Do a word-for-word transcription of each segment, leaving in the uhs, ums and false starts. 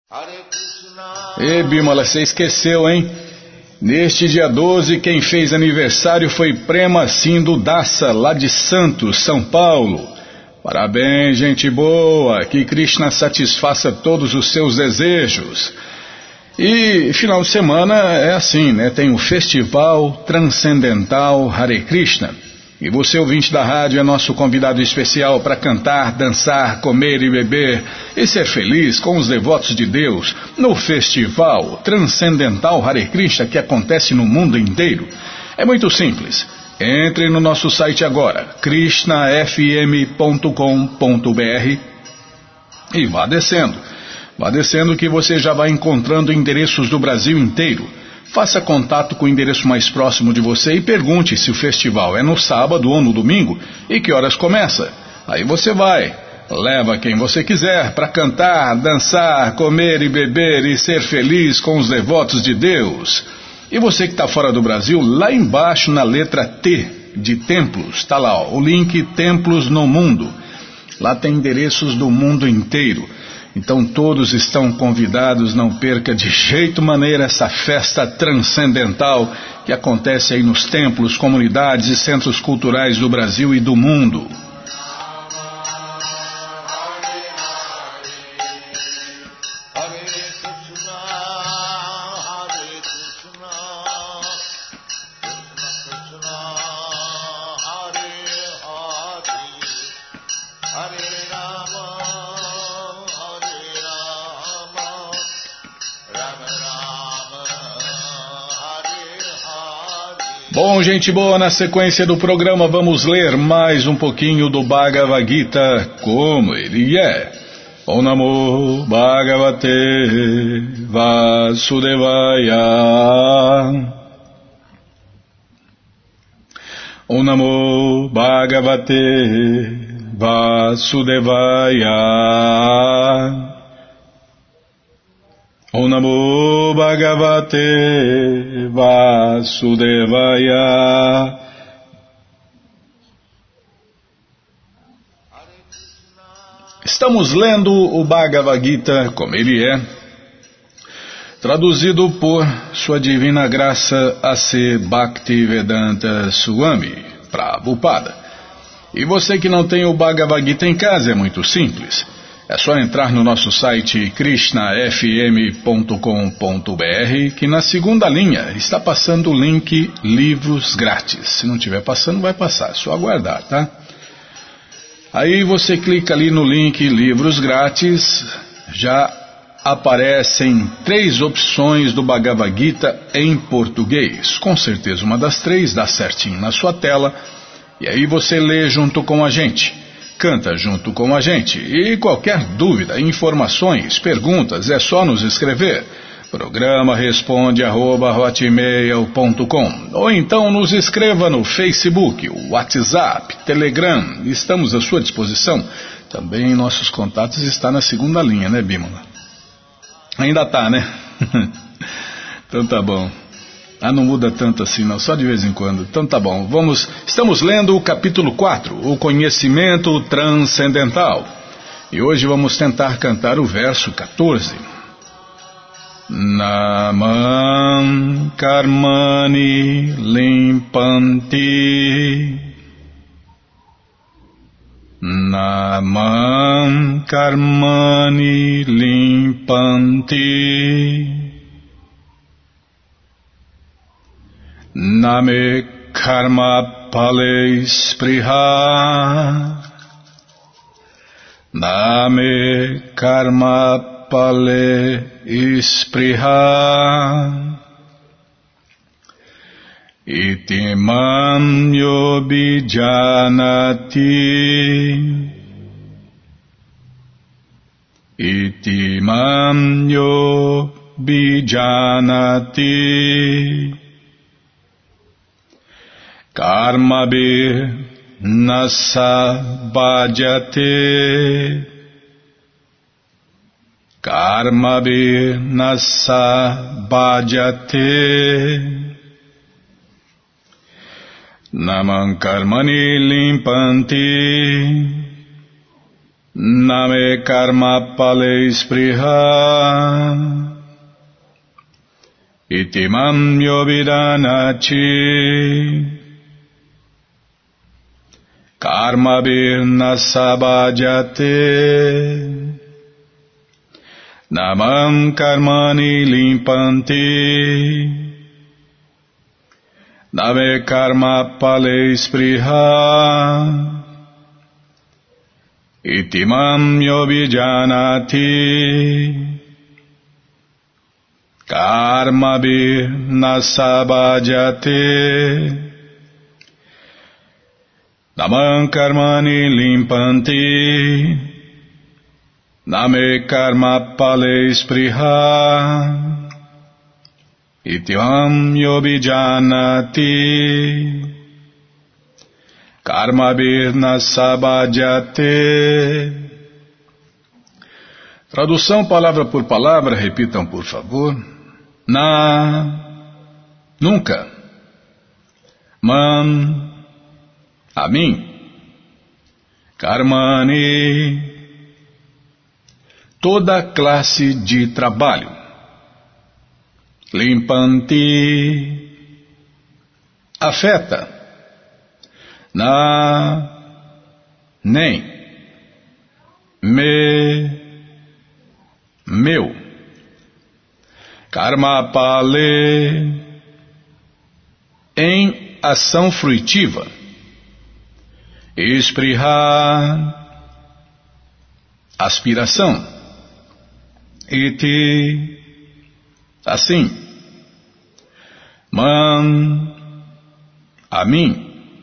Ê, Bimala, você esqueceu, hein? Neste dia doze, quem fez aniversário foi Prema Sindo Dassa, lá de Santos, São Paulo. Parabéns, gente boa, que Krishna satisfaça todos os seus desejos. E final de semana é assim, né? Tem o Festival Transcendental Hare Krishna. E você, ouvinte da rádio, é nosso convidado especial para cantar, dançar, comer e beber e ser feliz com os devotos de Deus no Festival Transcendental Hare Krishna que acontece no mundo inteiro. É muito simples. Entre no nosso site agora, krishna f m ponto com ponto b r e vá descendo. Vá descendo que você já vai encontrando endereços do Brasil inteiro. Faça contato com o endereço mais próximo de você e pergunte se o festival é no sábado ou no domingo e que horas começa. Aí você vai, leva quem você quiser para cantar, dançar, comer e beber e ser feliz com os devotos de Deus. E você que está fora do Brasil, lá embaixo na letra T de Templos, está lá ó, o link Templos no Mundo. Lá tem endereços do mundo inteiro. Então todos estão convidados, não perca de jeito maneira essa festa transcendental que acontece aí nos templos, comunidades e centros culturais do Brasil e do mundo. Bom, gente boa, na sequência do programa vamos ler mais um pouquinho do Bhagavad Gita como ele é. Om Namo Bhagavate Vasudevaya. Om Namo Bhagavate Vasudevaya. Om Namo Bhagavate Vasudevaya. Estamos lendo o Bhagavad Gita como ele é, traduzido por Sua Divina Graça A C Bhaktivedanta Swami Prabhupada. E você que não tem o Bhagavad Gita em casa, é muito simples. É só entrar no nosso site krishna f m ponto com ponto b r que na segunda linha está passando o link Livros Grátis. Se não estiver passando, vai passar, é só aguardar, tá? Aí você clica ali no link Livros Grátis, já aparecem três opções do Bhagavad Gita em português. Com certeza uma das três dá certinho na sua tela, e aí você lê junto com a gente. Canta junto com a gente. E qualquer dúvida, informações, perguntas, é só nos escrever. Programa responde arroba hotmail ponto com. Ou então nos escreva no Facebook, WhatsApp, Telegram. Estamos à sua disposição. Também nossos contatos estão na segunda linha, né, Bímola? Ainda tá, né? Então tá bom. Ah, não muda tanto assim não, só de vez em quando. Então tá bom, vamos, estamos lendo o capítulo quatro, o conhecimento transcendental. E hoje vamos tentar cantar o verso quatorze. Namam karmani limpanti. Namam karmani limpanti. Name karma pale spriha. Name karma pale spriha. Iti mam yobijanati. Iti mam yobijanati. Karmabir nasa bhajate. Karmabir nasa bhajate. Namam karmani limpanti. Name karma pale spriha itimam yovidanati karma birna sabhajate namam karmani limpanti name karma pale spriha itimam yovijanati karma birna sabhajate namam karmani limpanti name karma pale spriha itimam yovijanati karma birna sabhajate. Tradução palavra por palavra, repitam por favor. Na, nunca. Man, a mim. Karmani, toda classe de trabalho. Limpanti, afeta. Na, nem. Me, meu. Karma pale, em ação fruitiva. Espriha, aspiração. Iti, assim. Man, a mim.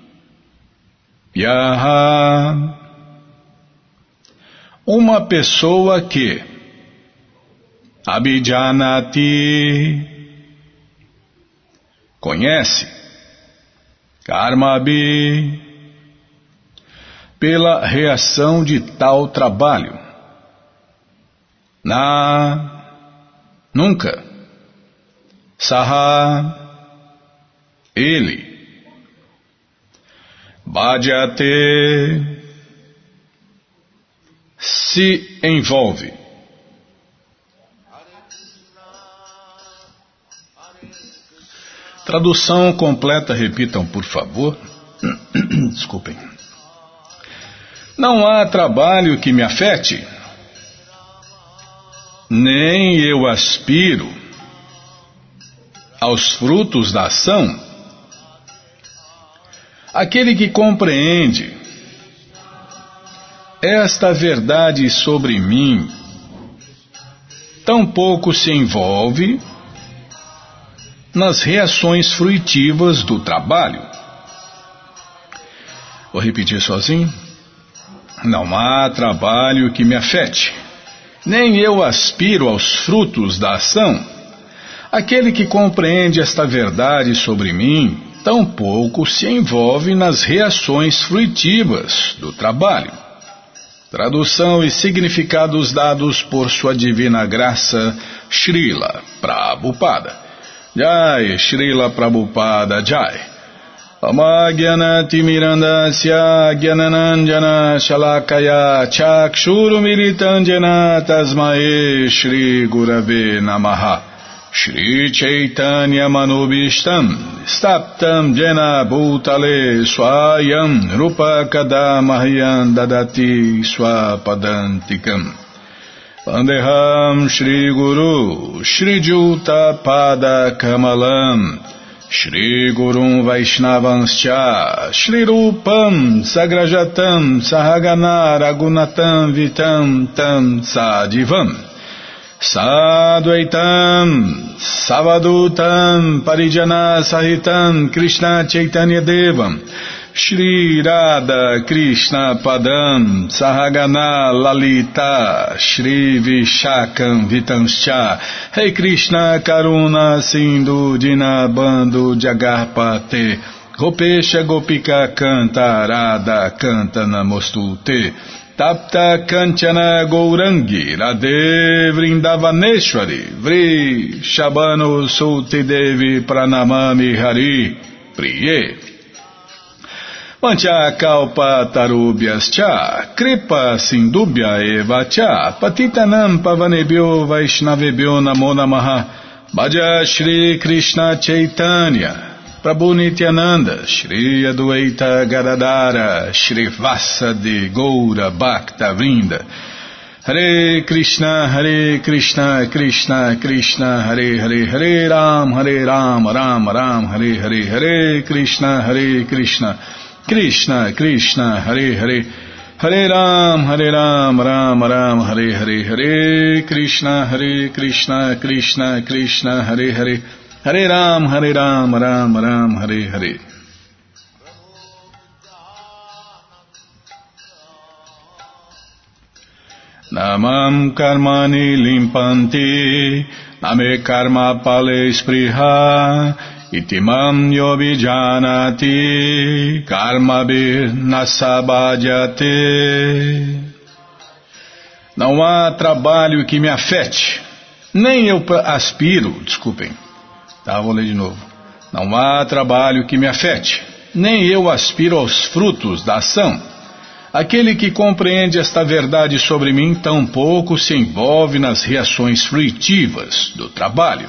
Yaha, uma pessoa que abhijanati, conhece. Karmabi, pela reação de tal trabalho. Na, nunca. Saha, ele. Bhajate, se envolve. Tradução completa, repitam por favor. Desculpem. Não há trabalho que me afete, nem eu aspiro aos frutos da ação. Aquele que compreende esta verdade sobre mim, tampouco se envolve nas reações fruitivas do trabalho. Vou repetir sozinho. Não há trabalho que me afete, nem eu aspiro aos frutos da ação. Aquele que compreende esta verdade sobre mim, tampouco se envolve nas reações fruitivas do trabalho. Tradução e significados dados por sua divina graça, Srila Prabhupada. Jai, Srila Prabhupada Jai. Amagyanati mirandasya gyanananjana shalakaya chakshuru militandjana tasmae Shri Gurave Namaha. Shri Chaitanya Manubhishtam Staptam Jena Bhutale Swayam Rupa Kadamahyam Dadati Swapadantikam Vandeham Shri Guru Shri Juta Pada Kamalam Shri Gurum Vaishnavanscha Shri Rupam Sagrajatam Sahagana Ragunatam Vitam Tam Sadivam Sadvaitam Savadutam Parijana Sahitam Krishna Chaitanya Devam Shri Radha Krishna Padam Sahagana Lalita Shri Vishakam Vitanscha Rei Krishna Karuna Sindhu Dinabando Jagarpate Gopesha Gopika Canta Radha Canta Namostute Tapta Kanchana Gourangi Radhe Vrindavaneshwari Vri Shabano Sulti Devi Pranamami Hari Priye. Vancha kalpa tarubhyascha kripa sindubhya eva cha patitanam pavanebhyo vaishnavebhyo namo namaha. Bhaja Shri Krishna Chaitanya Prabhu Nityananda, Shri Adwaita Gadadara, Shri Vasa de Goura Bhakta Vrinda. Hare Krishna, Hare Krishna, Krishna Krishna, Hare Hare, Hare Ram, Hare Ram, Ram Ram, Hare Hare, Hare Krishna, Hare Krishna, Krishna Krishna, Hare Hare, Hare Ram, Hare Ram, Ram Ram, Hare Hare, Hare Krishna, Hare Krishna, Krishna Krishna, Hare Hare, Hare Ram, Hare Ram, Ram Ram, Hare Hare. Namam karmani limpanti, name karma pale spriha, itimam yobijanati, karma bir nasabhadyate. Não há trabalho que me afete, nem eu aspiro, desculpem, tá, vou ler de novo. Não há trabalho que me afete, nem eu aspiro aos frutos da ação. Aquele que compreende esta verdade sobre mim tampouco se envolve nas reações fruitivas do trabalho.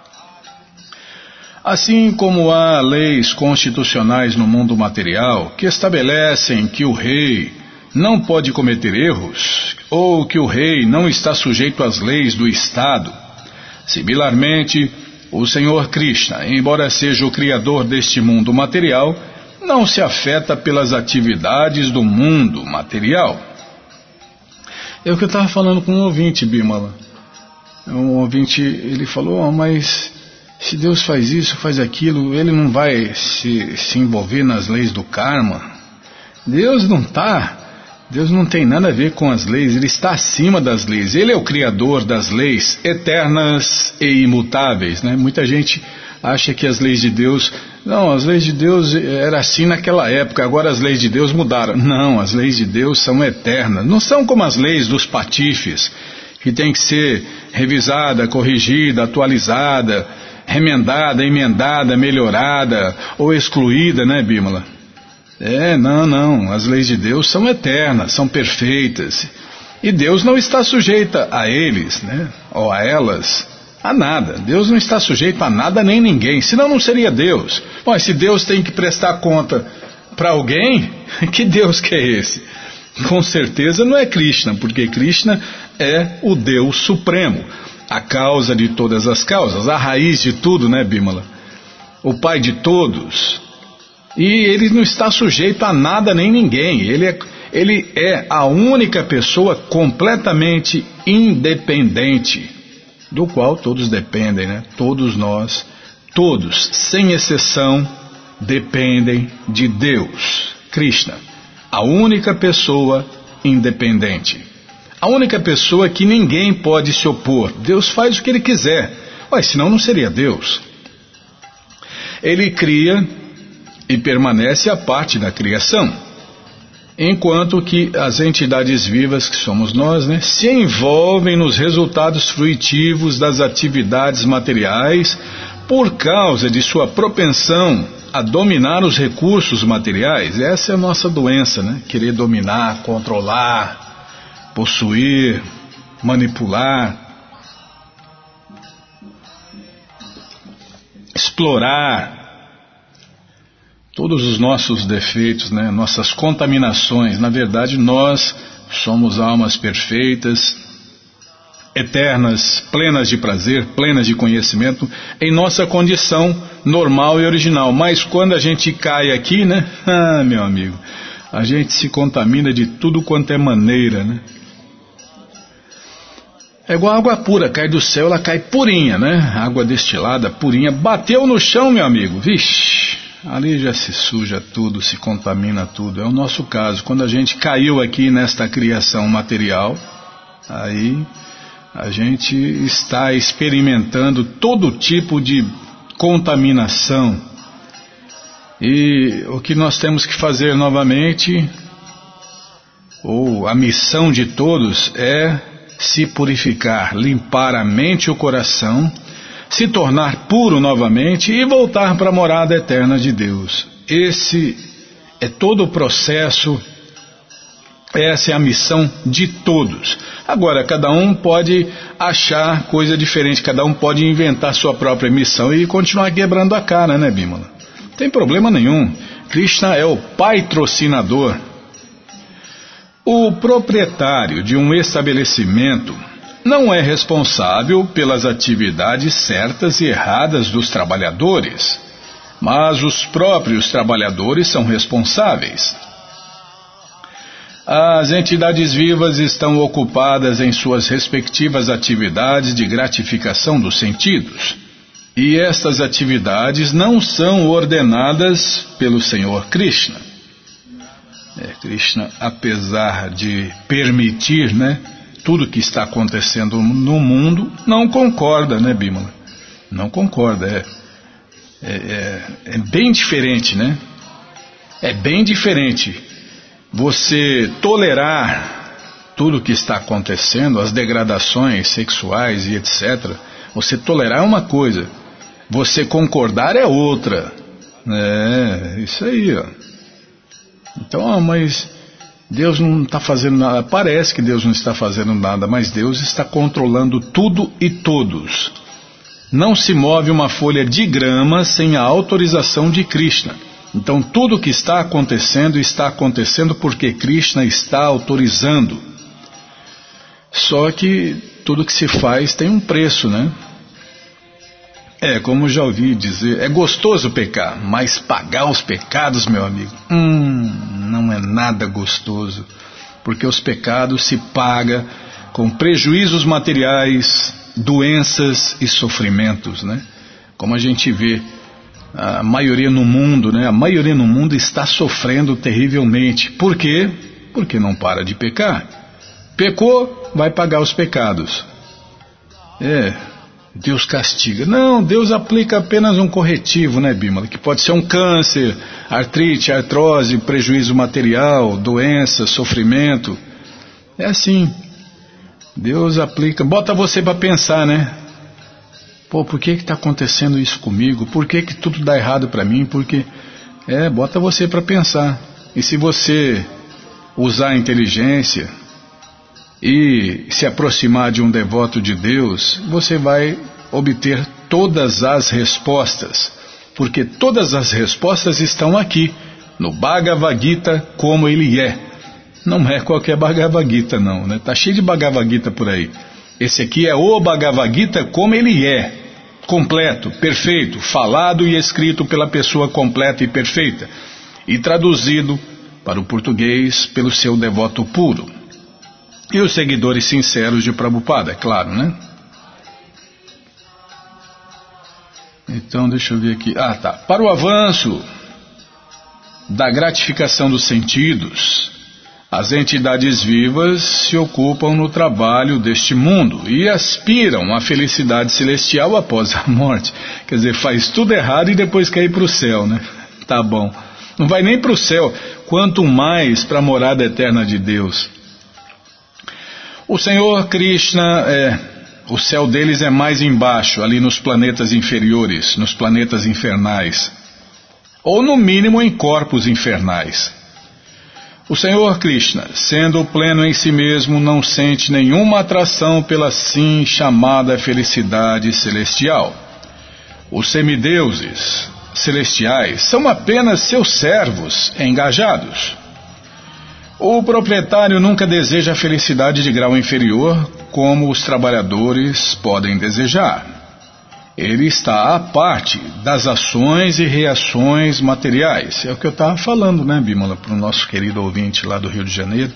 Assim como há leis constitucionais no mundo material que estabelecem que o rei não pode cometer erros, ou que o rei não está sujeito às leis do Estado, similarmente, o Senhor Krishna, embora seja o criador deste mundo material, não se afeta pelas atividades do mundo material. É o que eu estava falando com um ouvinte, Bimala. Um ouvinte, ele falou, oh, mas se Deus faz isso, faz aquilo, ele não vai se, se envolver nas leis do karma. Deus não está, Deus não tem nada a ver com as leis, ele está acima das leis. Ele é o criador das leis eternas e imutáveis, né? Muita gente acha que as leis de Deus... Não, as leis de Deus era assim naquela época, agora as leis de Deus mudaram. Não, as leis de Deus são eternas. Não são como as leis dos patifes, que tem que ser revisada, corrigida, atualizada, remendada, emendada, melhorada ou excluída, né, Bímola? É, não, não, as leis de Deus são eternas, são perfeitas. E Deus não está sujeita a eles, né, ou a elas, a nada. Deus não está sujeito a nada nem ninguém, senão não seria Deus. Mas se Deus tem que prestar conta para alguém, que Deus que é esse? Com certeza não é Krishna, porque Krishna é o Deus Supremo, a causa de todas as causas, a raiz de tudo, né, Bímola? O Pai de todos. E ele não está sujeito a nada nem ninguém. Ele é, ele é a única pessoa completamente independente, do qual todos dependem, né? Todos nós, todos, sem exceção, dependem de Deus, Krishna, a única pessoa independente, a única pessoa que ninguém pode se opor. Deus faz o que Ele quiser, ué, senão não seria Deus. Ele cria e permanece a parte da criação, enquanto que as entidades vivas, que somos nós, né, se envolvem nos resultados fruitivos das atividades materiais por causa de sua propensão a dominar os recursos materiais. Essa é a nossa doença, né? Querer dominar, controlar, possuir, manipular, explorar. Todos os nossos defeitos, né, nossas contaminações, na verdade nós somos almas perfeitas, eternas, plenas de prazer, plenas de conhecimento, em nossa condição normal e original. Mas quando a gente cai aqui, né, ah, meu amigo, a gente se contamina de tudo quanto é maneira, né? É igual água pura, cai do céu, ela cai purinha, né? Água destilada, purinha, bateu no chão, meu amigo, vixe, ali já se suja tudo, se contamina tudo. É o nosso caso. Quando a gente caiu aqui nesta criação material, aí a gente está experimentando todo tipo de contaminação. E o que nós temos que fazer novamente, ou a missão de todos, é se purificar, limpar a mente e o coração, se tornar puro novamente e voltar para a morada eterna de Deus. Esse é todo o processo, essa é a missão de todos. Agora, cada um pode achar coisa diferente, cada um pode inventar sua própria missão e continuar quebrando a cara, né, Bímola? Não tem problema nenhum. Krishna é o patrocinador. O proprietário de um estabelecimento não é responsável pelas atividades certas e erradas dos trabalhadores, mas os próprios trabalhadores são responsáveis. As entidades vivas estão ocupadas em suas respectivas atividades de gratificação dos sentidos, e estas atividades não são ordenadas pelo Senhor Krishna. É, Krishna, apesar de permitir, né, tudo que está acontecendo no mundo, não concorda, né, Bímola? Não concorda, é, é, é, é bem diferente, né? É bem diferente você tolerar tudo que está acontecendo, as degradações sexuais e etcétera. Você tolerar é uma coisa, você concordar é outra. É, isso aí, ó. Então, ah, mas Deus não está fazendo nada. Parece que Deus não está fazendo nada, mas Deus está controlando tudo e todos. Não se move uma folha de grama sem a autorização de Krishna. Então, tudo que está acontecendo, está acontecendo porque Krishna está autorizando. Só que tudo que se faz tem um preço, né? É, como já ouvi dizer, é gostoso pecar, mas pagar os pecados, meu amigo, hum, não é nada gostoso, porque os pecados se pagam com prejuízos materiais, doenças e sofrimentos, né? Como a gente vê, a maioria no mundo, né? A maioria no mundo está sofrendo terrivelmente. Por quê? Porque não para de pecar. Pecou, vai pagar os pecados. É... Deus castiga. Não, Deus aplica apenas um corretivo, né, Bímola? Que pode ser um câncer, artrite, artrose, prejuízo material, doença, sofrimento. É assim. Deus aplica, bota você para pensar, né? Pô, por que que está acontecendo isso comigo? Por que que tudo dá errado para mim? Porque é, bota você para pensar. E se você usar a inteligência e se aproximar de um devoto de Deus, você vai obter todas as respostas, porque todas as respostas estão aqui, no Bhagavad Gita como ele é. Não é qualquer Bhagavad Gita não, né? Tá cheio de Bhagavad Gita por aí. Esse aqui é o Bhagavad Gita como ele é, completo, perfeito, falado e escrito pela pessoa completa e perfeita, e traduzido para o português pelo seu devoto puro. E os seguidores sinceros de Prabhupada, é claro, né? Então, deixa eu ver aqui. Ah, tá. Para o avanço da gratificação dos sentidos, as entidades vivas se ocupam no trabalho deste mundo e aspiram à felicidade celestial após a morte. Quer dizer, faz tudo errado e depois quer ir para o céu, né? Tá bom. Não vai nem para o céu, quanto mais para a morada eterna de Deus. O Senhor Krishna, é, o céu deles é mais embaixo, ali nos planetas inferiores, nos planetas infernais, ou no mínimo em corpos infernais. O Senhor Krishna, sendo pleno em si mesmo, não sente nenhuma atração pela assim chamada felicidade celestial. Os semideuses celestiais são apenas seus servos engajados. O proprietário nunca deseja a felicidade de grau inferior, como os trabalhadores podem desejar. Ele está à parte das ações e reações materiais. É o que eu estava falando, né, Bímola, para o nosso querido ouvinte lá do Rio de Janeiro.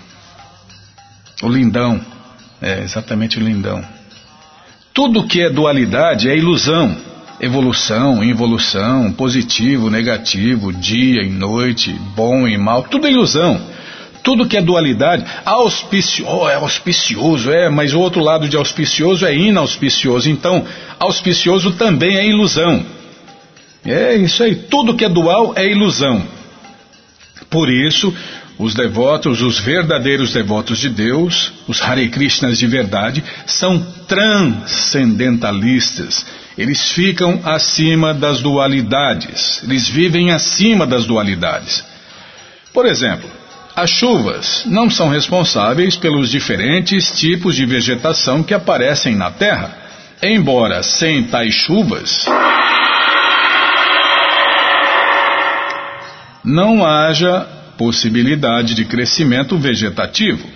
O Lindão. É, exatamente o Lindão. Tudo que é dualidade é ilusão. Evolução, involução, positivo, negativo, dia e noite, bom e mal, tudo é ilusão. Tudo que é dualidade, auspicio, oh, é auspicioso, é, mas o outro lado de auspicioso é inauspicioso. Então, auspicioso também é ilusão. É isso aí, tudo que é dual é ilusão. Por isso, os devotos, os verdadeiros devotos de Deus, os Hare Krishnas de verdade, são transcendentalistas. Eles ficam acima das dualidades, eles vivem acima das dualidades. Por exemplo, as chuvas não são responsáveis pelos diferentes tipos de vegetação que aparecem na Terra. Embora sem tais chuvas não haja possibilidade de crescimento vegetativo.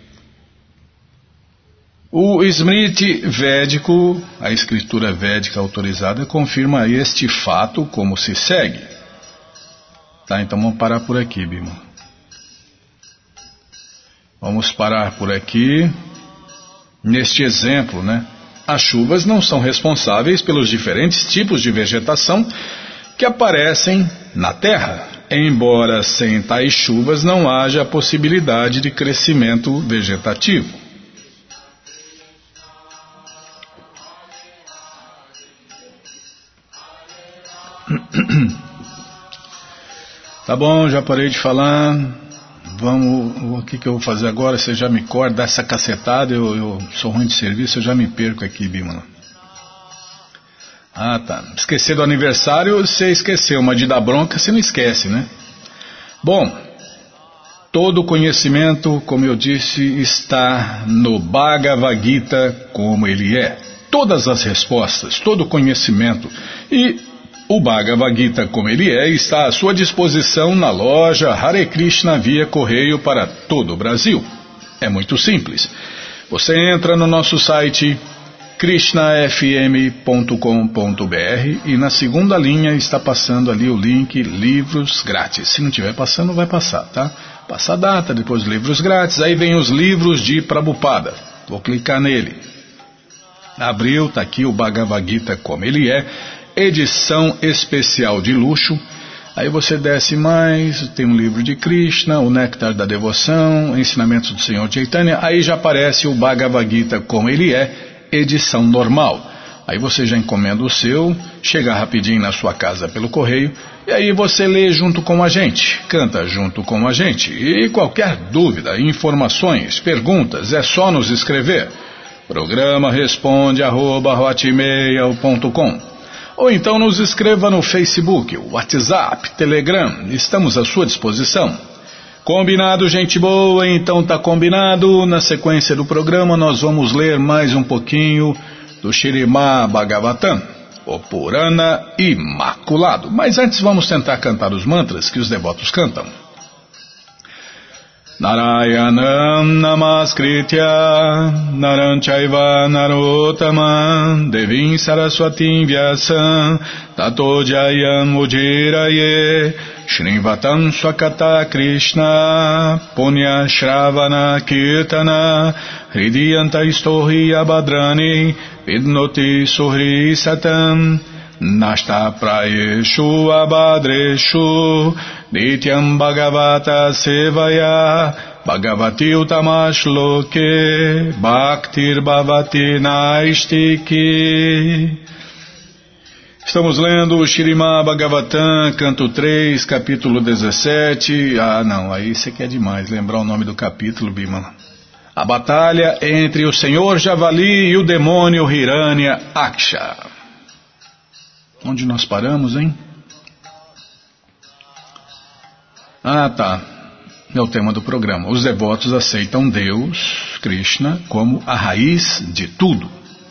O Smriti Védico, a escritura védica autorizada, confirma este fato como se segue. Tá, então vamos parar por aqui, Bima. Vamos parar por aqui. Neste exemplo, né? As chuvas não são responsáveis pelos diferentes tipos de vegetação que aparecem na Terra, embora sem tais chuvas não haja possibilidade de crescimento vegetativo. Tá bom, já parei de falar. Vamos, o que, que eu vou fazer agora? Você já me corta, dá essa cacetada. Eu, eu sou ruim de serviço, eu já me perco aqui, Bímola. Ah, tá. Esquecer do aniversário, você esqueceu, mas de dar bronca, você não esquece, né? Bom, todo conhecimento, como eu disse, está no Bhagavad Gita como ele é. Todas as respostas, todo conhecimento. E o Bhagavad Gita como ele é está à sua disposição na loja Hare Krishna via correio para todo o Brasil. É muito simples. Você entra no nosso site krishna f m ponto com ponto b r e na segunda linha está passando ali o link livros grátis. Se não estiver passando, vai passar, tá? Passa a data, depois livros grátis, aí vem os livros de Prabhupada. Vou clicar nele. Abriu, tá aqui o Bhagavad Gita como ele é, edição especial de luxo. Aí você desce mais, tem um livro de Krishna, o Néctar da Devoção, Ensinamentos do Senhor Chaitanya, aí já aparece o Bhagavad Gita como ele é, edição normal. Aí você já encomenda o seu, chega rapidinho na sua casa pelo correio, e aí você lê junto com a gente, canta junto com a gente. E qualquer dúvida, informações, perguntas, é só nos escrever. Programa responde arroba hotmail ponto com. Ou então nos escreva no Facebook, WhatsApp, Telegram, estamos à sua disposição. Combinado, gente boa? Então tá combinado. Na sequência do programa nós vamos ler mais um pouquinho do Śrīmad Bhagavatam, o Purana Imaculado. Mas antes vamos tentar cantar os mantras que os devotos cantam. Narayanam namaskritya naram chaiva narottamam devim saraswatim vyasam tato jayam ujiraye shrivatam swakata krishna punya shravana kirtana hridiyanta istohi abhadrani vidnoti suhri satam Nashta prayeshu abhadreshu nityam bhagavata sevaya bhagavati utamashloke bhaktir bhavati naistiki. Estamos lendo o Śrīmad Bhagavatam, canto três, capítulo dezessete. Ah, não, aí você quer demais lembrar o nome do capítulo, Bimala. A batalha entre o Senhor Javali e o demônio Hiranya Aksha. Onde nós paramos, hein? Ah, tá. É o tema do programa. Os devotos aceitam Deus, Krishna, como a raiz de tudo.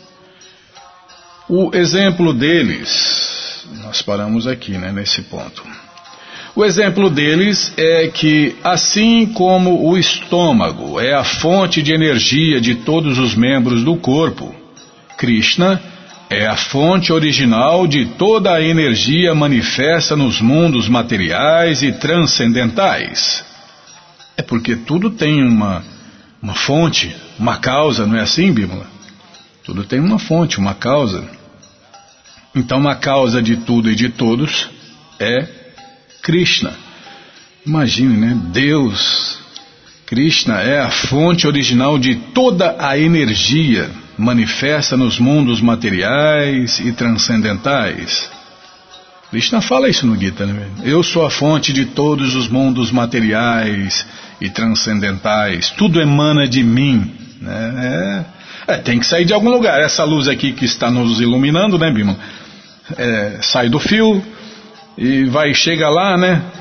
O exemplo deles, nós paramos aqui, né, nesse ponto. O exemplo deles é que, assim como o estômago é a fonte de energia de todos os membros do corpo, Krishna é a fonte original de toda a energia manifesta nos mundos materiais e transcendentais. É porque tudo tem uma, uma fonte, uma causa, não é assim, Bímola? Tudo tem uma fonte, uma causa. Então, uma causa de tudo e de todos é Krishna. Imagine, né? Deus, Krishna é a fonte original de toda a energia manifesta nos mundos materiais e transcendentais. Krishna fala isso no Gita, né? Eu sou a fonte de todos os mundos materiais e transcendentais. Tudo emana de mim, né? É, é, tem que sair de algum lugar. Essa luz aqui que está nos iluminando, né, Bima? É, sai do fio e vai, chega lá, né?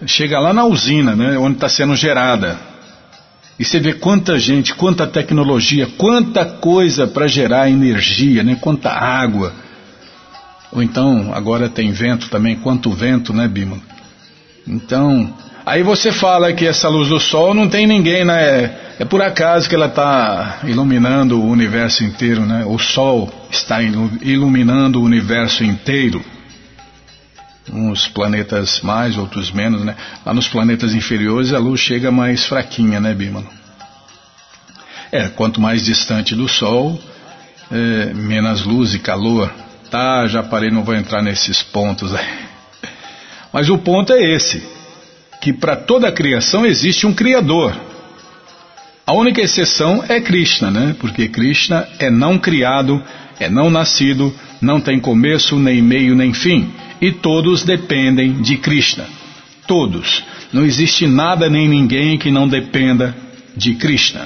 chega lá na usina, né, onde está sendo gerada. E você vê quanta gente, quanta tecnologia, quanta coisa para gerar energia, né, quanta água. Ou então, agora tem vento também, quanto vento, né, Bímola? Então, aí você fala que essa luz do sol não tem ninguém, né? É, é por acaso que ela está iluminando o universo inteiro, né? O sol está iluminando o universo inteiro. Uns planetas mais, outros menos, né? Lá nos planetas inferiores a luz chega mais fraquinha, né, Bímola? É, quanto mais distante do sol, é, menos luz e calor. Tá, já parei, não vou entrar nesses pontos aí. Mas o ponto é esse, que para toda a criação existe um Criador. A única exceção é Krishna, né? Porque Krishna é não criado, é não nascido, não tem começo, nem meio, nem fim. E todos dependem de Krishna. Todos. Não existe nada nem ninguém que não dependa de Krishna.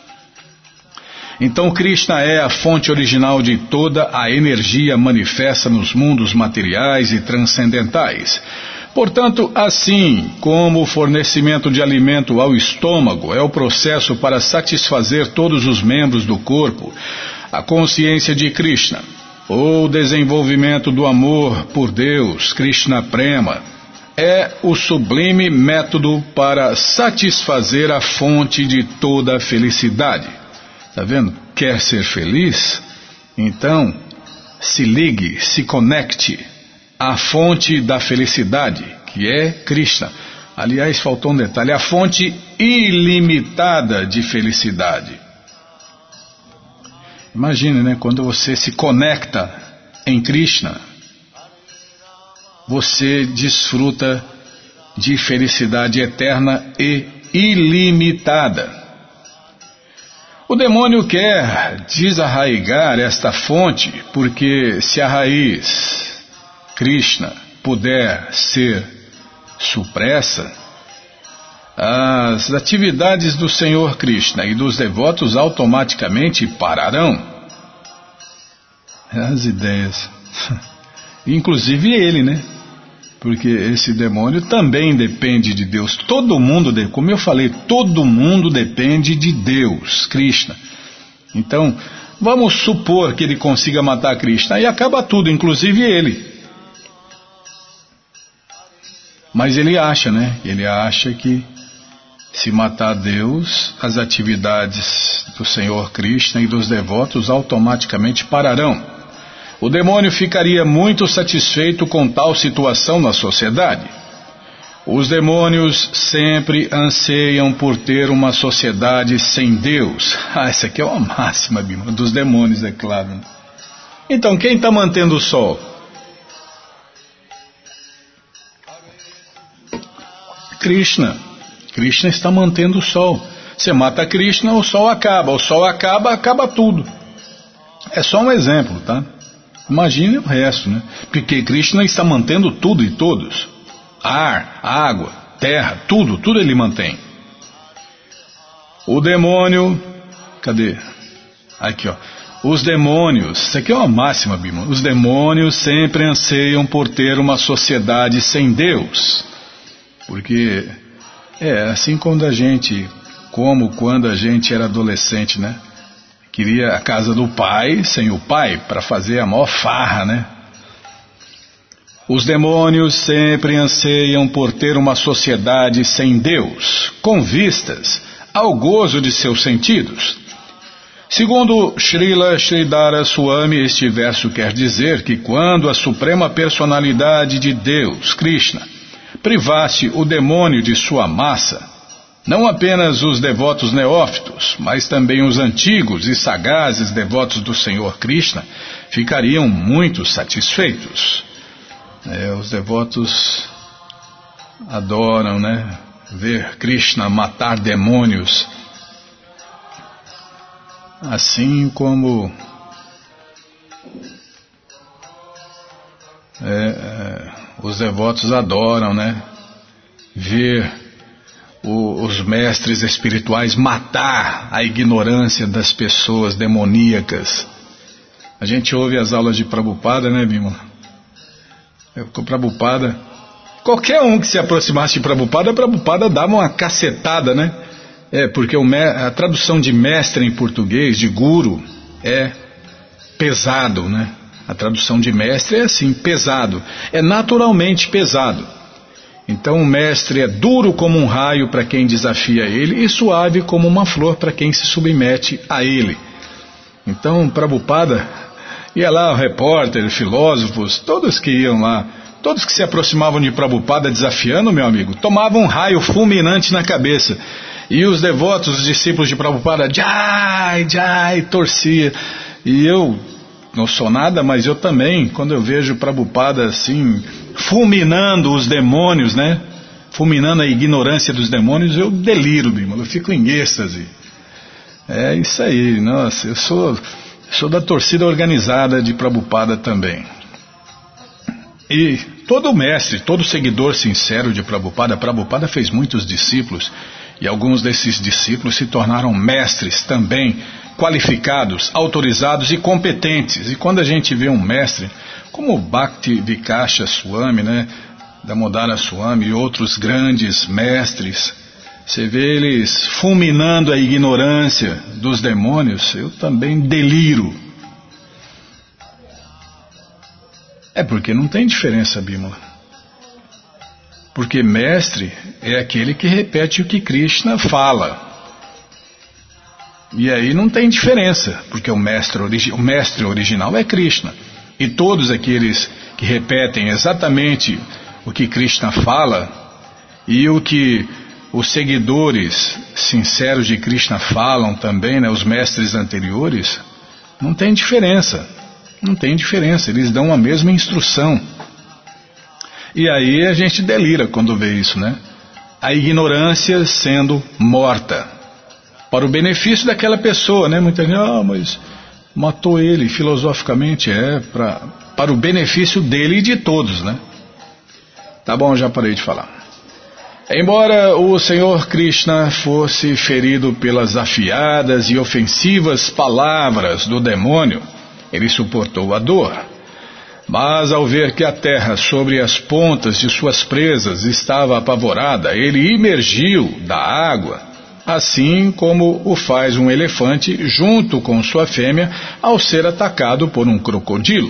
Então Krishna é a fonte original de toda a energia manifesta nos mundos materiais e transcendentais. Portanto, assim como o fornecimento de alimento ao estômago é o processo para satisfazer todos os membros do corpo, a consciência de Krishna, ou o desenvolvimento do amor por Deus, Krishna Prema, é o sublime método para satisfazer a fonte de toda a felicidade. Está vendo? Quer ser feliz? Então, se ligue, se conecte à fonte da felicidade, que é Krishna. Aliás, faltou um detalhe, a fonte ilimitada de felicidade. Imagine, né, quando você se conecta em Krishna, você desfruta de felicidade eterna e ilimitada. O demônio quer desarraigar esta fonte, porque se a raiz, Krishna, puder ser supressa, as atividades do Senhor Krishna e dos devotos automaticamente pararão. As ideias. Inclusive ele, né? Porque esse demônio também depende de Deus. Todo mundo, como eu falei, todo mundo depende de Deus, Krishna. Então, vamos supor que ele consiga matar Krishna e acaba tudo, inclusive ele. Mas ele acha, né? Ele acha que se matar Deus, as atividades do Senhor Krishna e dos devotos automaticamente pararão. O demônio ficaria muito satisfeito com tal situação na sociedade. Os demônios sempre anseiam por ter uma sociedade sem Deus. Ah, essa aqui é uma máxima, Bímola, dos demônios, é claro. Então, quem está mantendo o sol? Krishna. Krishna está mantendo o sol. Você mata Krishna, o sol acaba. O sol acaba, acaba tudo. É só um exemplo, tá? Imagine o resto, né? Porque Krishna está mantendo tudo e todos. Ar, água, terra, tudo, tudo ele mantém. O demônio, cadê? Aqui, ó. Os demônios, isso aqui é uma máxima, Bímola. Os demônios sempre anseiam por ter uma sociedade sem Deus. Porque é assim quando a gente, como quando a gente era adolescente, né? Queria a casa do pai sem o pai para fazer a maior farra, né? Os demônios sempre anseiam por ter uma sociedade sem Deus, com vistas ao gozo de seus sentidos. Segundo Srila Sridhara Swami, este verso quer dizer que quando a suprema personalidade de Deus, Krishna, privasse o demônio de sua massa, não apenas os devotos neófitos, mas também os antigos e sagazes devotos do Senhor Krishna ficariam muito satisfeitos. É, os devotos adoram, né, ver Krishna matar demônios, assim como é, é, os devotos adoram, né, ver os mestres espirituais matar a ignorância das pessoas demoníacas. A gente ouve as aulas de Prabhupada, né, Bímola? O Prabhupada, Qualquer um que se aproximasse de Prabhupada, a Prabhupada dava uma cacetada, né? É, porque o, a tradução de mestre em português, de guru, é pesado, né? A tradução de mestre é assim, pesado. É naturalmente pesado. Então o mestre é duro como um raio para quem desafia ele e suave como uma flor para quem se submete a ele. Então Prabhupada ia lá, o repórter, filósofos, todos que iam lá, todos que se aproximavam de Prabhupada desafiando, meu amigo, tomavam um raio fulminante na cabeça. E os devotos, os discípulos de Prabhupada, jai, jai, torcia. E eu não sou nada, mas eu também, quando eu vejo Prabhupada assim, fulminando os demônios, né? Fulminando a ignorância dos demônios, eu deliro, Bímola, eu fico em êxtase. É isso aí, nossa, eu sou, sou da torcida organizada de Prabhupada também. E todo mestre, todo seguidor sincero de Prabhupada, Prabhupada fez muitos discípulos, e alguns desses discípulos se tornaram mestres também, qualificados, autorizados e competentes. E quando a gente vê um mestre, como Bhakti Vikasha Swami, né, Damodara Swami e outros grandes mestres, você vê eles fulminando a ignorância dos demônios, eu também deliro. É porque não tem diferença, Bímola. Porque mestre é aquele que repete o que Krishna fala. E aí não tem diferença, porque o mestre, origi- o mestre original é Krishna. E todos aqueles que repetem exatamente o que Krishna fala e o que os seguidores sinceros de Krishna falam também, né, os mestres anteriores, não tem diferença. Não tem diferença, eles dão a mesma instrução. E aí a gente delira quando vê isso, né? A ignorância sendo morta. Para o benefício daquela pessoa, né? Muita gente, ah, mas matou ele filosoficamente, é pra, para o benefício dele e de todos, né? Tá bom, já parei de falar. Embora o Senhor Krishna fosse ferido pelas afiadas e ofensivas palavras do demônio, ele suportou a dor. Mas ao ver que a terra sobre as pontas de suas presas estava apavorada, ele imergiu da água, assim como o faz um elefante junto com sua fêmea ao ser atacado por um crocodilo.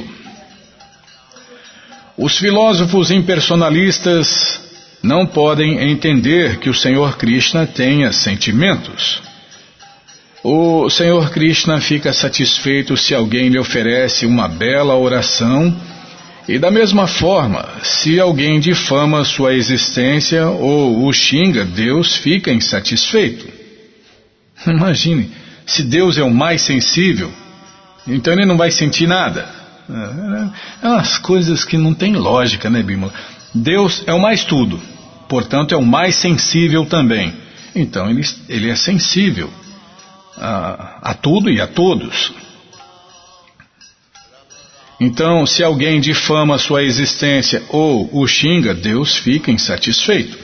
Os filósofos impersonalistas não podem entender que o Senhor Krishna tenha sentimentos. O Senhor Krishna fica satisfeito se alguém lhe oferece uma bela oração e, da mesma forma, se alguém difama sua existência ou o xinga, Deus fica insatisfeito. Imagine, se Deus é o mais sensível, então ele não vai sentir nada. É umas coisas que não tem lógica, né, Bímola? Deus é o mais tudo, portanto é o mais sensível também. Então ele, ele é sensível A, a tudo e a todos. Então, se alguém difama sua existência ou o xinga, Deus fica insatisfeito.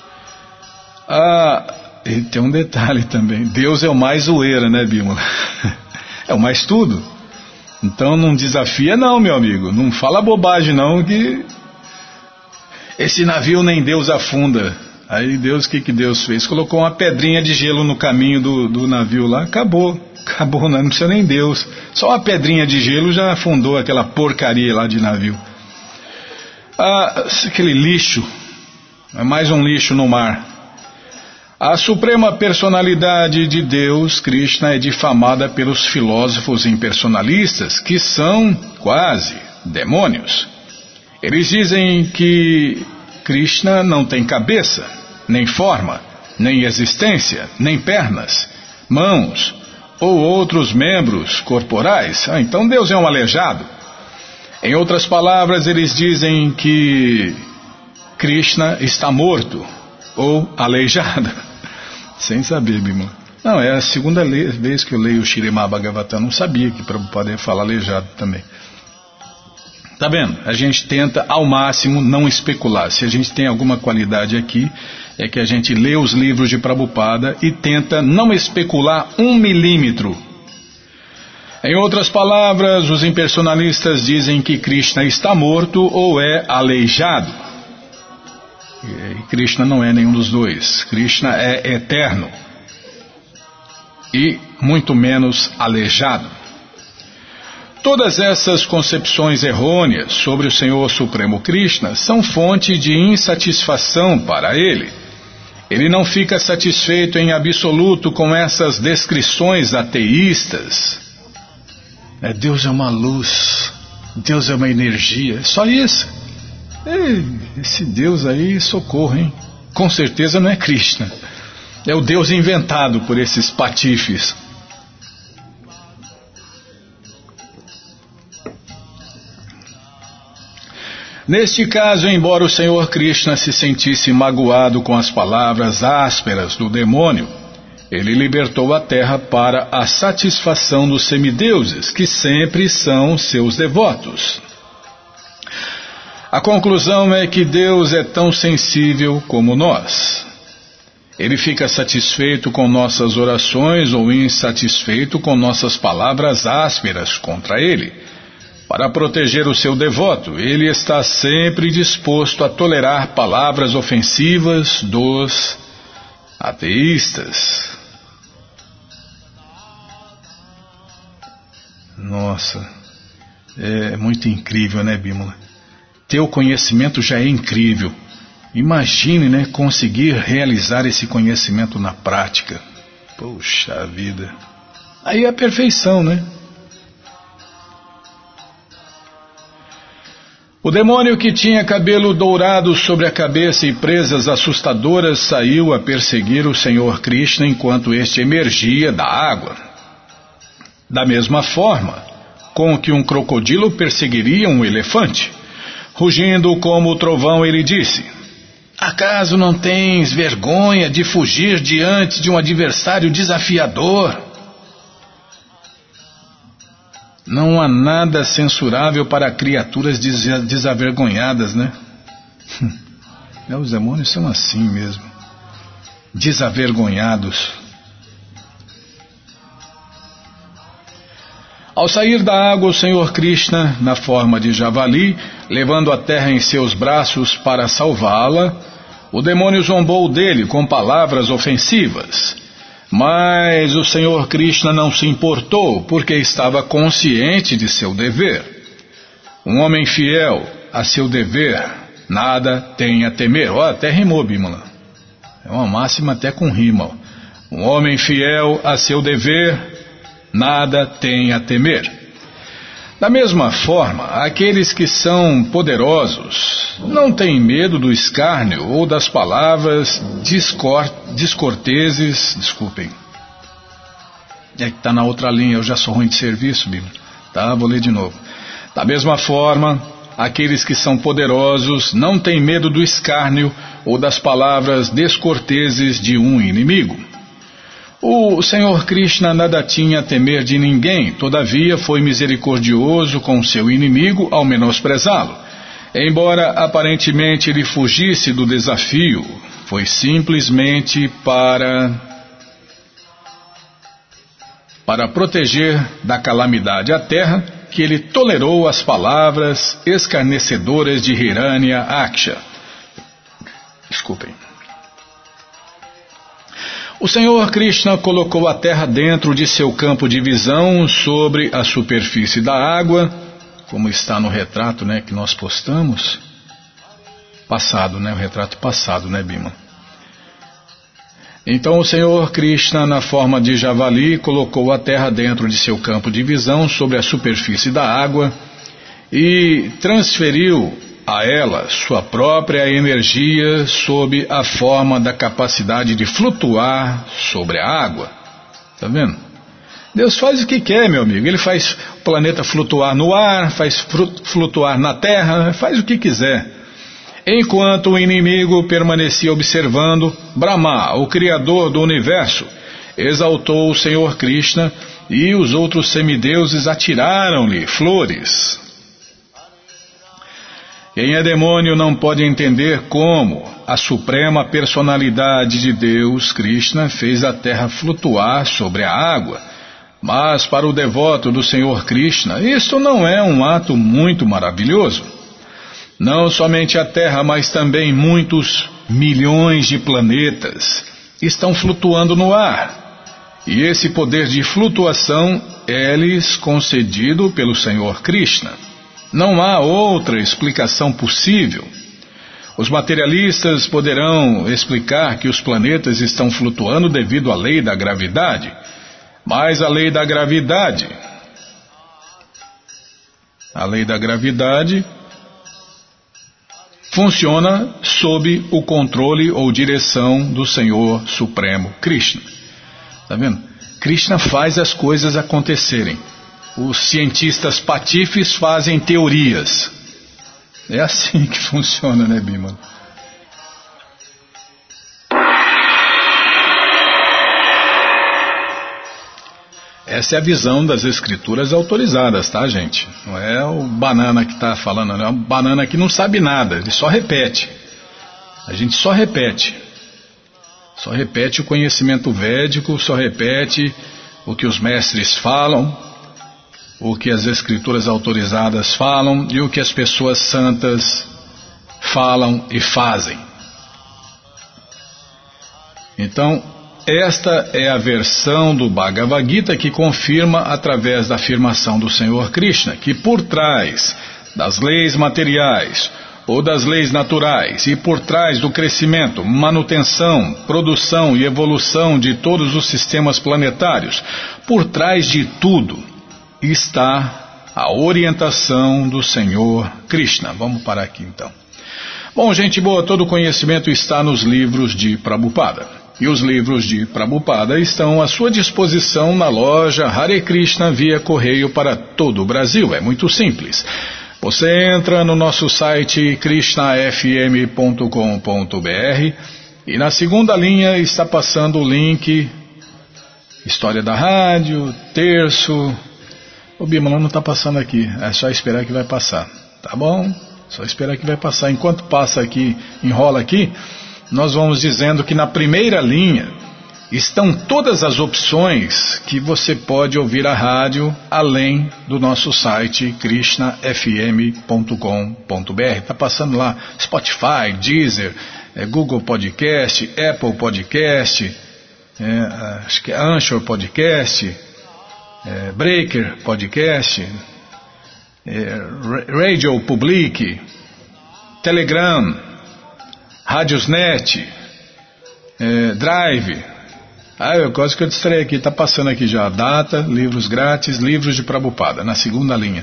Ah, e tem um detalhe também, Deus é o mais zoeira, né, Bímola? É o mais tudo. Então não desafia não, meu amigo, não fala bobagem não, que esse navio nem Deus afunda. Aí Deus, o que, que Deus fez? Colocou uma pedrinha de gelo no caminho do, do navio lá, acabou, acabou, não, não precisa nem Deus. Só uma pedrinha de gelo já afundou aquela porcaria lá de navio. Ah, aquele lixo, é mais um lixo no mar. A suprema personalidade de Deus, Krishna, é difamada pelos filósofos impersonalistas, que são quase demônios. Eles dizem que Krishna não tem cabeça, nem forma, nem existência, nem pernas, mãos ou outros membros corporais. Ah, então Deus é um aleijado. Em outras palavras, eles dizem que Krishna está morto ou aleijado. Sem saber, Bímola. Não, é a segunda vez que eu leio o Śrīmad Bhagavatam, não sabia que Prabhupada ia falar aleijado também. Tá vendo? A gente tenta ao máximo não especular. Se a gente tem alguma qualidade aqui, é que a gente lê os livros de Prabhupada e tenta não especular um milímetro. Em outras palavras, os impersonalistas dizem que Krishna está morto ou é aleijado. E Krishna não é nenhum dos dois. Krishna é eterno e muito menos aleijado. Todas essas concepções errôneas sobre o Senhor Supremo Krishna são fonte de insatisfação para ele. Ele não fica satisfeito em absoluto com essas descrições ateístas. É, Deus é uma luz, Deus é uma energia, só isso. Ei, esse Deus aí, socorro, hein? Com certeza não é Krishna. É o Deus inventado por esses patifes. Neste caso, embora o Senhor Krishna se sentisse magoado com as palavras ásperas do demônio, ele libertou a terra para a satisfação dos semideuses, que sempre são seus devotos. A conclusão é que Deus é tão sensível como nós. Ele fica satisfeito com nossas orações ou insatisfeito com nossas palavras ásperas contra ele. Para proteger o seu devoto, ele está sempre disposto a tolerar palavras ofensivas dos ateístas. Nossa, é muito incrível, né, Bímola? Ter o conhecimento já é incrível. Imagine, né, conseguir realizar esse conhecimento na prática. Poxa vida. Aí é a perfeição, né? O demônio que tinha cabelo dourado sobre a cabeça e presas assustadoras saiu a perseguir o Senhor Krishna enquanto este emergia da água. Da mesma forma com que um crocodilo perseguiria um elefante. Rugindo como o trovão, ele disse: acaso não tens vergonha de fugir diante de um adversário desafiador? Não há nada censurável para criaturas desavergonhadas, né? Os demônios são assim mesmo. Desavergonhados. Ao sair da água, o Senhor Krishna, na forma de javali, levando a terra em seus braços para salvá-la, o demônio zombou dele com palavras ofensivas. Mas o Senhor Krishna não se importou, porque estava consciente de seu dever. Um homem fiel a seu dever, nada tem a temer. Ó, até rimou, Bímola. É uma máxima até com rima. Ó. Um homem fiel a seu dever, nada tem a temer. Da mesma forma, aqueles que são poderosos não têm medo do escárnio ou das palavras discor- descorteses. Desculpem. É que está na outra linha, eu já sou ruim de serviço, Bíblia. Tá, vou ler de novo. Da mesma forma, aqueles que são poderosos não têm medo do escárnio ou das palavras descorteses de um inimigo. O Senhor Krishna nada tinha a temer de ninguém, todavia foi misericordioso com seu inimigo ao menosprezá-lo. Embora aparentemente ele fugisse do desafio, foi simplesmente para, para proteger da calamidade a terra que ele tolerou as palavras escarnecedoras de Hiranya-aksha. Desculpem. O Senhor Krishna colocou a terra dentro de seu campo de visão sobre a superfície da água, como está no retrato, né, que nós postamos. Passado, né, o retrato passado, né, Bima? Então o Senhor Krishna, na forma de javali, colocou a terra dentro de seu campo de visão sobre a superfície da água e transferiu a ela sua própria energia sob a forma da capacidade de flutuar sobre a água. Tá vendo? Deus faz o que quer, meu amigo. Ele faz o planeta flutuar no ar, faz flutuar na terra, faz o que quiser. Enquanto o inimigo permanecia observando, Brahma, o Criador do Universo, exaltou o Senhor Krishna e os outros semideuses atiraram-lhe flores. Quem é demônio não pode entender como a suprema personalidade de Deus, Krishna, fez a terra flutuar sobre a água. Mas para o devoto do Senhor Krishna, isto não é um ato muito maravilhoso. Não somente a Terra, mas também muitos milhões de planetas estão flutuando no ar. E esse poder de flutuação é-lhes concedido pelo Senhor Krishna. Não há outra explicação possível. Os materialistas poderão explicar que os planetas estão flutuando devido à lei da gravidade. Mas a lei da gravidade... A lei da gravidade funciona sob o controle ou direção do Senhor Supremo Krishna. Está vendo? Krishna faz as coisas acontecerem. Os cientistas patifes fazem teorias. É assim que funciona, né, Bimala? Essa é a visão das escrituras autorizadas, tá, gente? Não é o banana que está falando, não é o banana que não sabe nada, ele só repete. A gente só repete. Só repete o conhecimento védico, só repete o que os mestres falam, o que as escrituras autorizadas falam e o que as pessoas santas falam e fazem. Então, esta é a versão do Bhagavad Gita que confirma, através da afirmação do Senhor Krishna, que por trás das leis materiais ou das leis naturais e por trás do crescimento, manutenção, produção e evolução de todos os sistemas planetários, por trás de tudo está a orientação do Senhor Krishna. Vamos parar aqui então. Bom, gente boa, todo conhecimento está nos livros de Prabhupada. E os livros de Prabhupada estão à sua disposição na loja Hare Krishna via correio para todo o Brasil. É muito simples. Você entra no nosso site krishna f m ponto com ponto b r e na segunda linha está passando o link História da Rádio, Terço. O Bimala não está passando aqui, é só esperar que vai passar. Tá bom? Só esperar que vai passar. Enquanto passa aqui, enrola aqui, nós vamos dizendo que na primeira linha estão todas as opções que você pode ouvir a rádio, além do nosso site krishna f m ponto com ponto b r. Está passando lá Spotify, Deezer, é, Google Podcast, Apple Podcast, é, acho que é Anchor Podcast, é, Breaker Podcast, é, Radio Public, Telegram, Radiosnet, é, Drive. Ah, eu quase que eu distraí aqui, está passando aqui já a data, livros grátis, livros de Prabhupada, na segunda linha.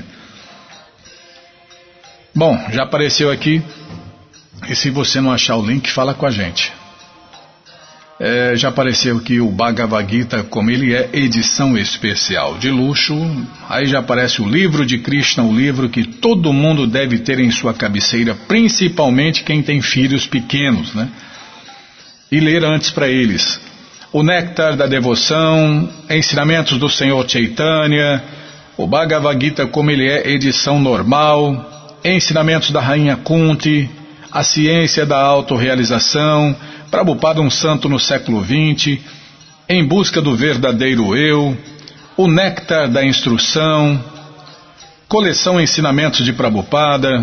Bom, já apareceu aqui, e se você não achar o link, fala com a gente. É, já apareceu aqui o Bhagavad Gita, como ele é, edição especial de luxo. Aí já aparece o livro de Krishna, o livro que todo mundo deve ter em sua cabeceira, principalmente quem tem filhos pequenos, né? E ler antes para eles. O Néctar da Devoção, Ensinamentos do Senhor Chaitanya, o Bhagavad Gita como ele é, edição normal, Ensinamentos da Rainha Kunti, A Ciência da Autorrealização, Prabhupada, um santo no século vinte, Em Busca do Verdadeiro Eu, o Néctar da Instrução, Coleção Ensinamentos de Prabhupada,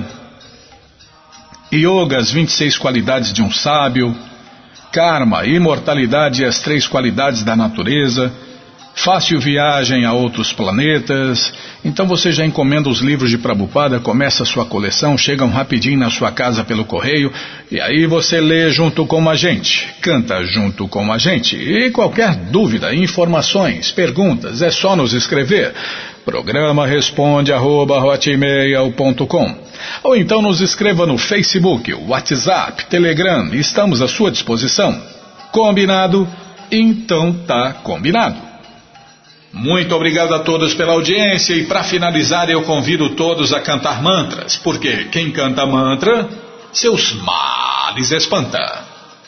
Yoga, as vinte e seis qualidades de um sábio, Karma, Imortalidade e as três qualidades da natureza, Fácil Viagem a Outros Planetas. Então você já encomenda os livros de Prabhupada, começa a sua coleção, chegam rapidinho na sua casa pelo correio, e aí você lê junto com a gente, canta junto com a gente. E qualquer dúvida, informações, perguntas, é só nos escrever. Programa responde arroba hotmail ponto com. Ou então nos escreva no Facebook, WhatsApp, Telegram, estamos à sua disposição. Combinado? Então tá combinado. Muito obrigado a todos pela audiência e para finalizar eu convido todos a cantar mantras, porque quem canta mantra, seus males espanta.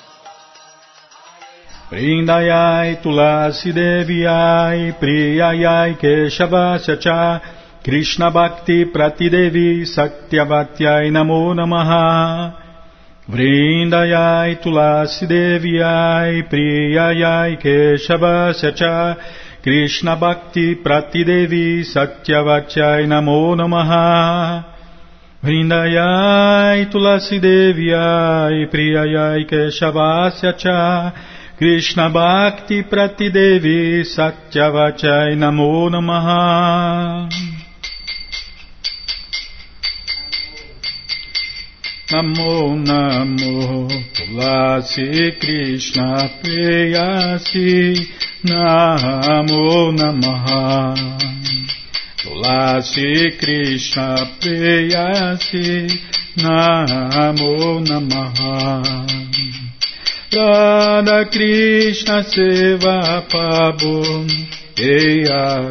Vrindayai Tulasi Deviyai Priyayai Keshavasya Cha Krishna Bhakti Pratidevi Satyavatyai Namo Namaha. Vrindayai Tulasi Deviyai Priyayai Keshavasya Cha Krishna Bhakti Pratidevi Satyavatyai Namo Namaha. Vrindayai Tulasi Deviai Priyayai Keshavasya Cha Krishna Bhakti Pratidevi Satyavachai Namo Namaha. Namo Namo Tulasi Krishna Preyasi Namo Namaha Tulasi Krishna Preyasi Namo Namaha Radha Krishna Seva Pabon Eya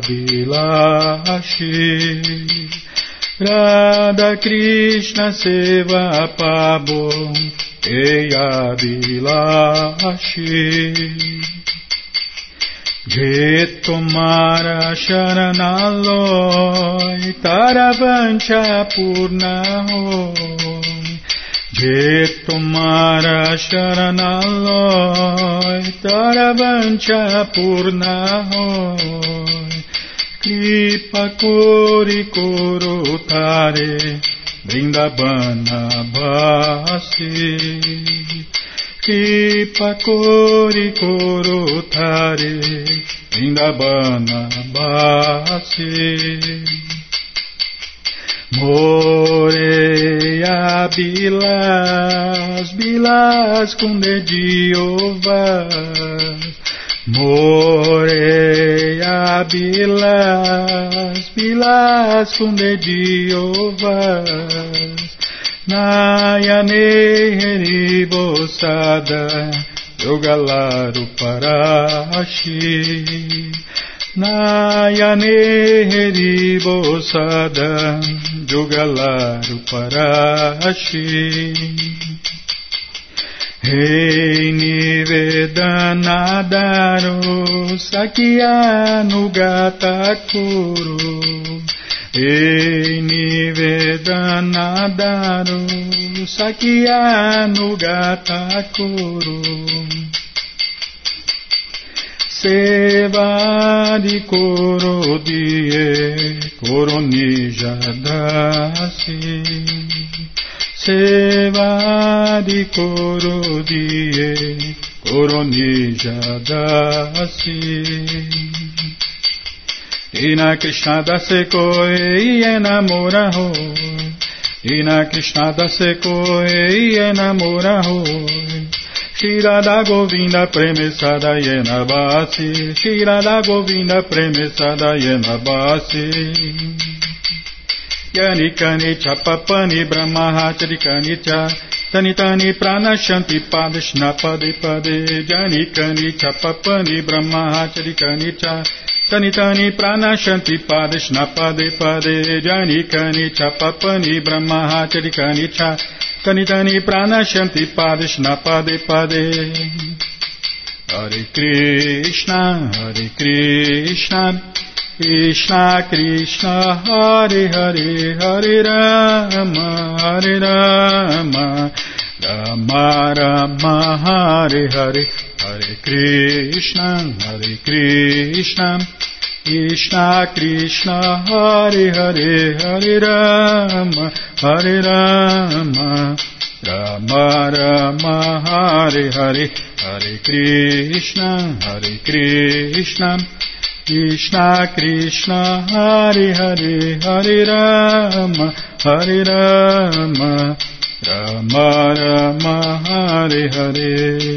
Vilashi Radha Krishna Seva Pabon Eya Vilashi Je Tomara Sharanaloy Taravancha Purnahoy Je Tomara Sharanaloy Taravancha Purnahoy Kripa Kori Korotare Vrindavana Bhasi Kripa Kori Korotare Vrindavana Bhasi Moreia Bilas Bilas Kunde Diovas Moreia Bilas Bilas Kunde Diovas Nayane Heribosada Yogalaru Parashi Nayane Heribosada Yogalaru Parashi Rei Nivedanadaru Sakyanugatakuru Rei Nivedanadaru Sakyanugatakuru Seva di Koro Die Koronijadasi Seva di Koro Die Koronijadasi Ina Krishna dase koi enamora ho Ina Krishna dase koi enamora ho Shirada Govinda Premesada Yena Basi Shirada Govinda Premesada Yena Basi Yani Kani Chapapani Brahma Charikani Cha Tani Tani Pranashanti Padishna Pade Pade Yani Kani Chapapani Brahma Charikani Cha Tani Tani Pranashanti Padishna Pade Pade Yani Kani Chapapani Brahma Charikani Cha Tani Tani Pranashanti Padishna Pade Pade Hare Krishna Hare Krishna Krishna Krishna Hare Hare Hare Rama Hare Rama Rama Rama Hare Hare Hare Krishna Hare Krishna Krishna Krishna Hare Hare Hare Rama Hare Rama Rama Rama Hare Hare Hare Krishna Hare Krishna Krishna Krishna Hare Hare Hare Rama Hare Rama Rama Rama Hare Hare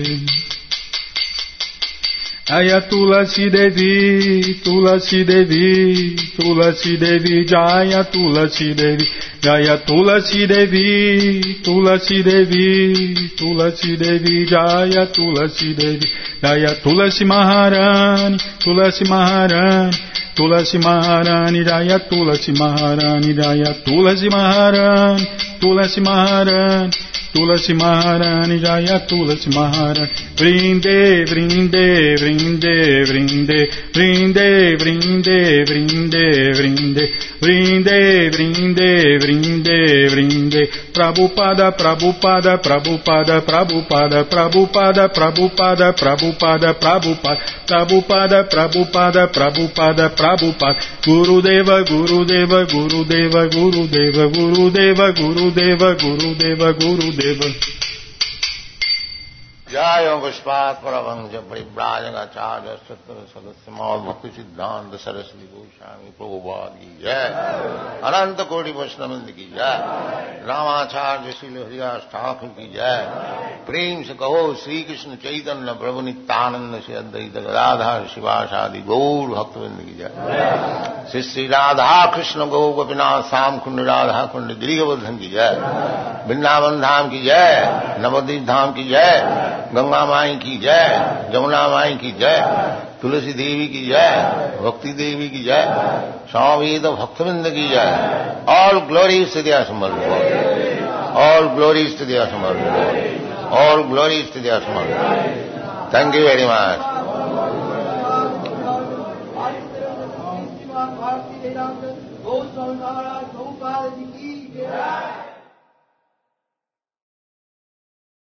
Jaya Tulasi Devi, Tulasi Devi, Tulasi Devi, Jaya Tulasi Devi, Jaya Tulasi Devi, Tulasi Devi, Tulasi Devi, Jaya Tulasi Devi, Jaya Tulasi Maharani, Tulasi Maharani, Tulasi Maharani, Jaya Tulasi Maharani, Jaya Tulasi Maharani, Tulasi Maharani, Tulasi Maharani Jaya Tulasi Maharani Vrinde Vrinde Vrinde Vrinde Vrinde Vrinde Vrinde Vrinde Vrinde Vrinde Vrinde Vrinde Prabhupada Prabhupada Prabhupada Prabhupada Prabhupada Prabhupada Prabhupada Prabhupada Prabhupada Prabhupada Prabhupada Prabhupada Gurudeva Gurudeva Gurudeva Gurudeva Gurudeva Gurudeva Gurudeva Gurudeva Jaya Pushpat Paravanja Paribrajagacharya Sattva Sadasyamal Bhakti Siddhanta Saraswati Goswami Prabhupada Ki Jai Ananta Koti Vaishnavavrinda Ki Jai Ramacharya Srila Haridas Thakur Ki Jai Prem se kaho Sri Krishna Chaitanya Prabhu Nityananda Shri Advaita Gadadhar Shivasadi Gaur Bhaktivinoda Ki Jai Shri Shri Radha Krishna Gaur Gopinath Sam Kund Radha Kund Girigavardhan Ki Jai Vrindavan Dham Ki Jai Navadvip Dham Ki Jai गंगा माई की जय जमुना माई की जय तुलसी देवी की जय भक्ति देवी की जय स्वामी भक्तवृंद की जय ऑल ग्लोरीज टू द असमर ऑल ग्लोरीज टू द असमर ऑल ग्लोरीज टू द असमर थैंक यू वेरी मच